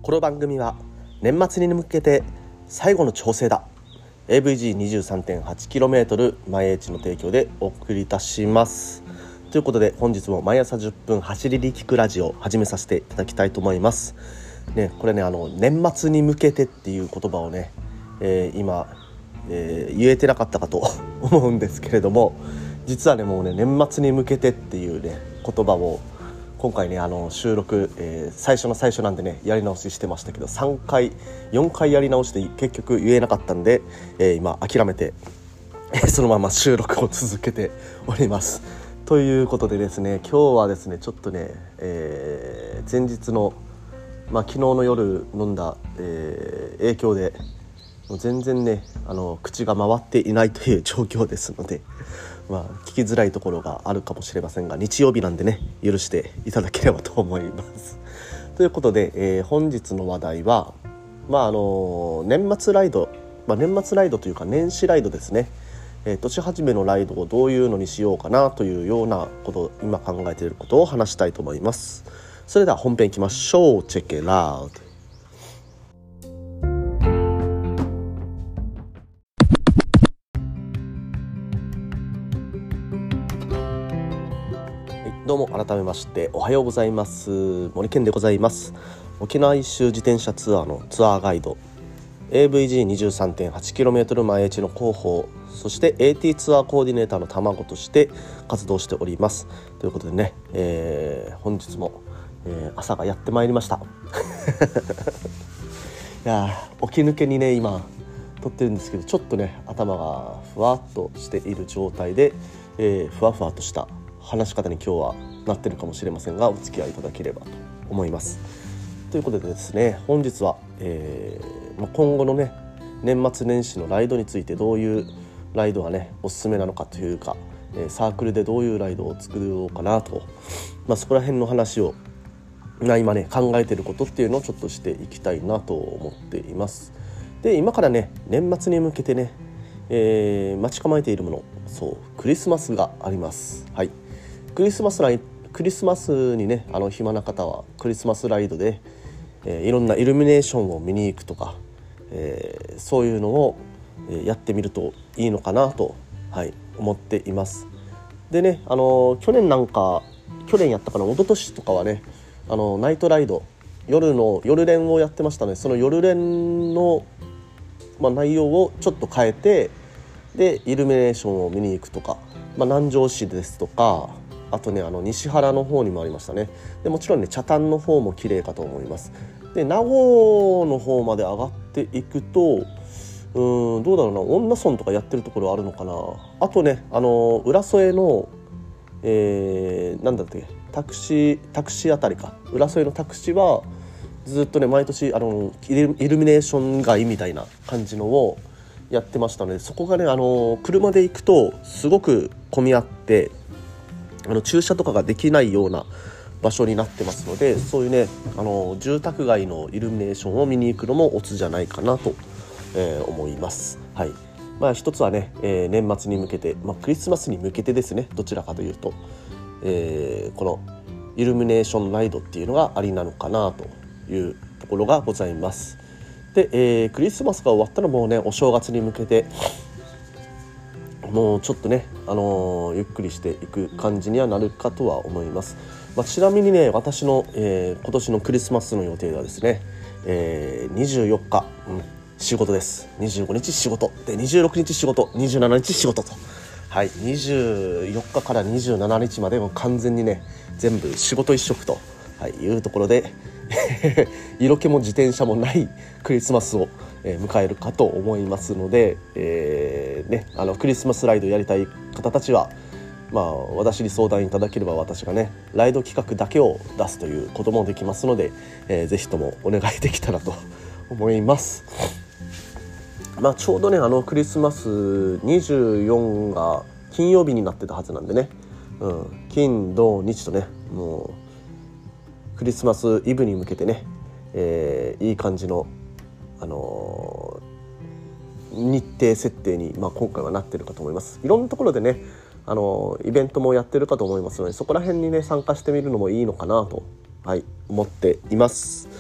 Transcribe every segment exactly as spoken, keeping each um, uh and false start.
この番組は年末に向けて最後の調整だ エーブイジーにじゅうさんてんはちキロメートル 毎日の提供でお送りいたします。ということで本日も毎朝じゅっぷん走りり聞くラジオを始めさせていただきたいと思いますね。これねあの年末に向けてっていう言葉をね、えー、今、えー、言えてなかったかと思うんですけれども、実はねもうね年末に向けてっていうね言葉を今回ねあの収録、えー、最初の最初なんでねやり直ししてましたけどさんかいよんかいやり直して結局言えなかったんで、えー、今諦めて、えー、そのまま収録を続けております。ということでですね、今日はですねちょっとね、えー、前日の、まあ、昨日の夜飲んだ、えー、影響でもう全然ねあの口が回っていないという状況ですので、まあ、聞きづらいところがあるかもしれませんが、日曜日なんでね許していただければと思います。ということで、えー、本日の話題は、まああの年末ライド、まあ、年末ライドというか年始ライドですね、えー、年始めのライドをどういうのにしようかなというようなことを今考えていることを話したいと思います。それでは本編いきましょう。チェックイットアウト。どうも改めましておはようございます。森健でございます。沖縄一周自転車ツアーのツアーガイド エーブイジーにじゅうさんてんはちキロメートル 毎日の広報、そして エーティー ツアーコーディネーターの卵として活動しております。ということでね、えー、本日も、えー、朝がやってまいりましたいや起き抜けにね今撮ってるんですけど、ちょっとね頭がふわっとしている状態で、えー、ふわふわとした話し方に今日はなってるかもしれませんが、お付き合いいただければと思います。ということでですね、本日は、えーまあ、今後のね年末年始のライドについてどういうライドがねおすすめなのかというか、えー、サークルでどういうライドを作ろうかなと、まあ、そこら辺の話を、まあ、今ね考えていることっていうのをちょっとしていきたいなと思っています。で今からね年末に向けてね、えー、待ち構えているもの、そうクリスマスがあります。はい、クリスマスライクリスマスにねあの暇な方はクリスマスライドで、えー、いろんなイルミネーションを見に行くとか、えー、そういうのをやってみるといいのかなと、はい、思っています。でね、あの去年なんか去年やったかな一昨年とかはねあのナイトライド夜の夜練をやってましたね。その夜練の、まあ、内容をちょっと変えて、でイルミネーションを見に行くとか、まあ、南城市ですとか、あとねあの西原の方にもありましたね。でもちろんね北谷の方も綺麗かと思います。で名護の方まで上がっていくと、うーんどうだろうな、恩納村とかやってるところあるのかな。あとねあの浦添の、えー、なんだっけタクシータクシーあたりか、浦添のタクシーはずっとね毎年あのイルミネーション街みたいな感じのをやってましたので、そこがねあの車で行くとすごく混み合ってあの駐車とかができないような場所になってますので、そういうねあの住宅街のイルミネーションを見に行くのもオツじゃないかなと、えー、思います。はい、まあ一つはね、えー、年末に向けて、まあ、クリスマスに向けてですね、どちらかというと、えー、このイルミネーションライドっていうのがありなのかなというところがございます。で、えー、クリスマスが終わったらもうねお正月に向けてもうちょっとね、あのー、ゆっくりしていく感じにはなるかとは思います。まあ、ちなみにね私の、えー、今年のクリスマスの予定はですね、えー、にじゅうよっか、うん、仕事です。にじゅうごにち仕事でにじゅうろくにち仕事にじゅうしちにち仕事と、はい、にじゅうよっかからにじゅうしちにちまでも完全にね全部仕事一色と、はい、いうところで色気も自転車もないクリスマスを、えー、迎えるかと思いますので、えーね、あのクリスマスライドやりたい方たちは、まあ、私に相談いただければ私がねライド企画だけを出すということもできますので、えー、ぜひともお願いできたらと思います。まあ、ちょうどねあのクリスマスにじゅうよっかが金曜日になってたはずなんでね、うん、金土日とねもうクリスマスイブに向けてね、えー、いい感じの、あのー、日程設定に、まあ、今回はなってるかと思います。いろんなところでね、あのー、イベントもやってるかと思いますので、そこら辺にね参加してみるのもいいのかなと、はい、思っています。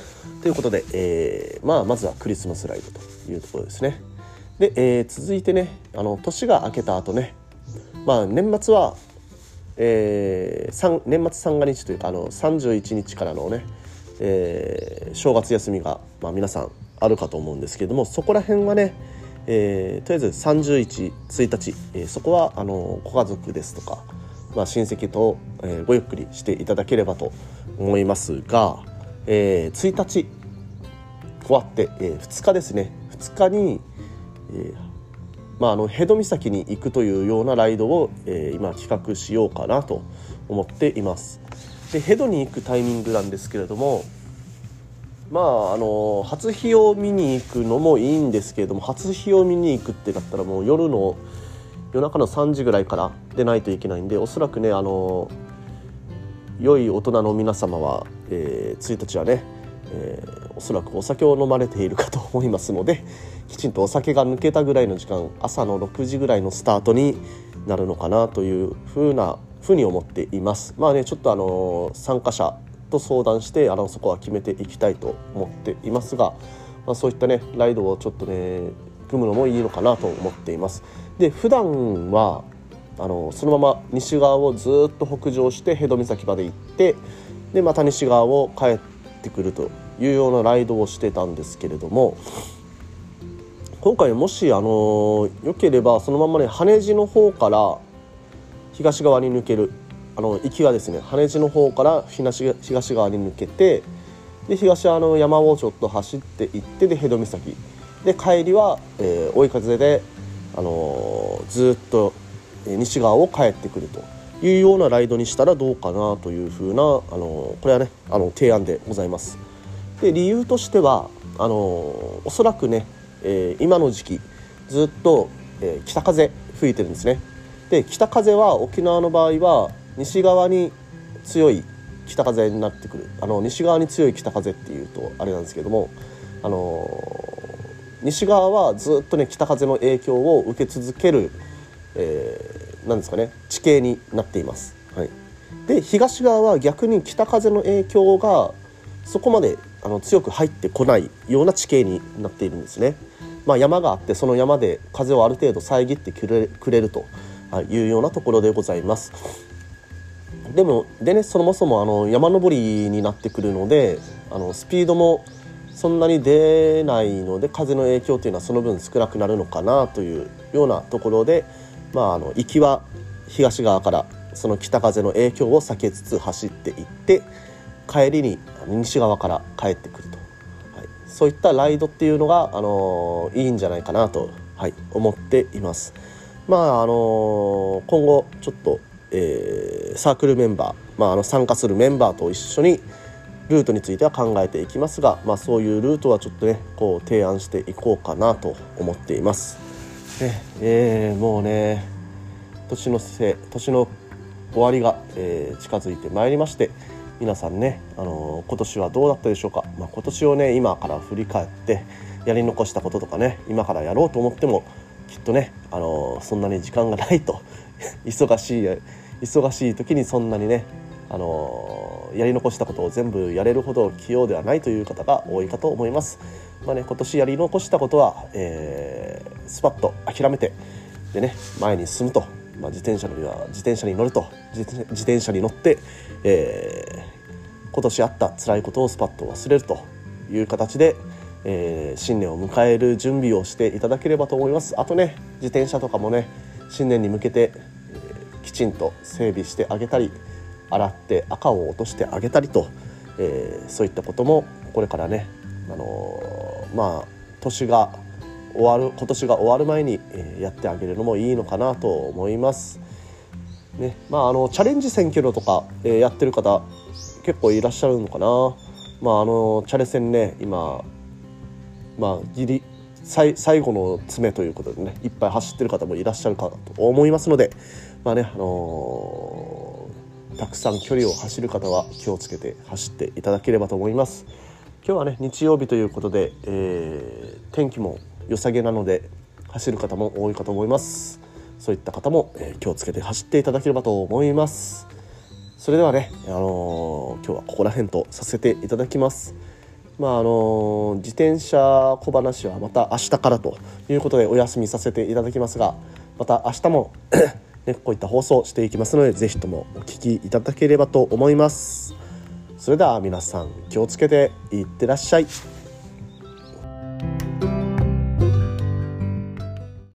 ということで、えーまあ、まずはクリスマスライドというところですね。で、えー、続いてね、あの年が明けた後ね、まあ、年末は、えー、年末三が日というかあのさんじゅういちにちからのね、えー、正月休みが、まあ、皆さんあるかと思うんですけれども、そこら辺はね、えー、とりあえずさんじゅういち、ついたち、えー、そこはあのご家族ですとか、まあ、親戚と、えー、ごゆっくりしていただければと思いますが、えー、ついたち終わって、えー、ふつかですね。ふつかに、えーまあ、あの辺戸岬に行くというようなライドを、えー、今企画しようかなと思っています。で、辺戸に行くタイミングなんですけれども、まああの初日を見に行くのもいいんですけれども、初日を見に行くってなったらもう夜の夜中のさんじぐらいから出ないといけないんで、おそらくねあの良い大人の皆様は、えー、ついたちはね、えー、おそらくお酒を飲まれているかと思いますので、きちんとお酒が抜けたぐらいの時間、朝のろくじぐらいのスタートになるのかなというふうなふうに思っています。まあね、ちょっとあの参加者と相談してあのそこは決めていきたいと思っていますが、まあ、そういったねライドをちょっとね組むのもいいのかなと思っています。で、普段はあのそのまま西側をずっと北上して辺戸岬まで行って、でまた西側を帰ってくるというようなライドをしてたんですけれども、今回もしあのよければそのままね羽地の方から東側に抜ける、あの行きがですね羽地の方から東、東側に抜けて、で東はあの山をちょっと走っていって、で辺戸岬で帰りは、えー、追い風で、あのー、ずっと西側を帰ってくるというようなライドにしたらどうかなというふうな、あのー、これはねあの提案でございます。で、理由としてはあのー、おそらくね、えー、今の時期ずっと、えー、北風吹いてるんですね。で、北風は沖縄の場合は西側に強い北風になってくる。あの西側に強い北風っていうとあれなんですけども、あのー、西側はずっとね北風の影響を受け続ける、えー、なんですかね地形になっています。はい、で、東側は逆に北風の影響がそこまであの強く入ってこないような地形になっているんですね。まあ、山があって、その山で風をある程度遮ってくれ、くれるというようなところでございます。でもでね、そもそもあの山登りになってくるので、あのスピードもそんなに出ないので、風の影響というのはその分少なくなるのかなというようなところで、まあ、あの行きは東側からその北風の影響を避けつつ走っていって、帰りに西側から帰ってくると、はい、そういったライドっていうのが、あのー、いいんじゃないかなと、はい、思っています。まああのー、今後ちょっとえー、サークルメンバー、まあ、あの参加するメンバーと一緒にルートについては考えていきますが、まあ、そういうルートはちょっとねこう提案していこうかなと思っています。ねえー、もうね年のせ年の終わりが、えー、近づいてまいりまして、皆さんね、あのー、今年はどうだったでしょうか。まあ、今年をね今から振り返ってやり残したこととかね、今からやろうと思ってもきっとね、あのー、そんなに時間がないと忙しい忙しい時にそんなにね、あのー、やり残したことを全部やれるほど器用ではないという方が多いかと思います。まあね、今年やり残したことは、えー、スパッと諦めてでね前に進むと、まあ、自転車には自転車に乗ると 自, 自転車に乗って、えー、今年あった辛いことをスパッと忘れるという形で、えー、新年を迎える準備をしていただければと思います。あとね、自転車とかもね新年に向けてきちんと整備してあげたり、洗って赤を落としてあげたりと、えー、そういったこともこれからね、あのー、まあ年が終わる今年が終わる前に、えー、やってあげるのもいいのかなと思います。ね、まああのチャレンジせんキロとか、えー、やってる方結構いらっしゃるのかな。まああのチャレセンね今まあギリ最, 最後の詰めということでねいっぱい走ってる方もいらっしゃるかと思いますので、まあねあのー、たくさん距離を走る方は気をつけて走っていただければと思います。今日はね日曜日ということで、えー、天気も良さげなので走る方も多いかと思います。そういった方も、えー、気をつけて走っていただければと思います。それではね、あのー、今日はここら辺とさせていただきます。 まああの自転車小話はまた明日からということでお休みさせていただきますが、また明日もね、こういった放送していきますので、ぜひともお聞きいただければと思います。それでは皆さん気をつけていってらっしゃい。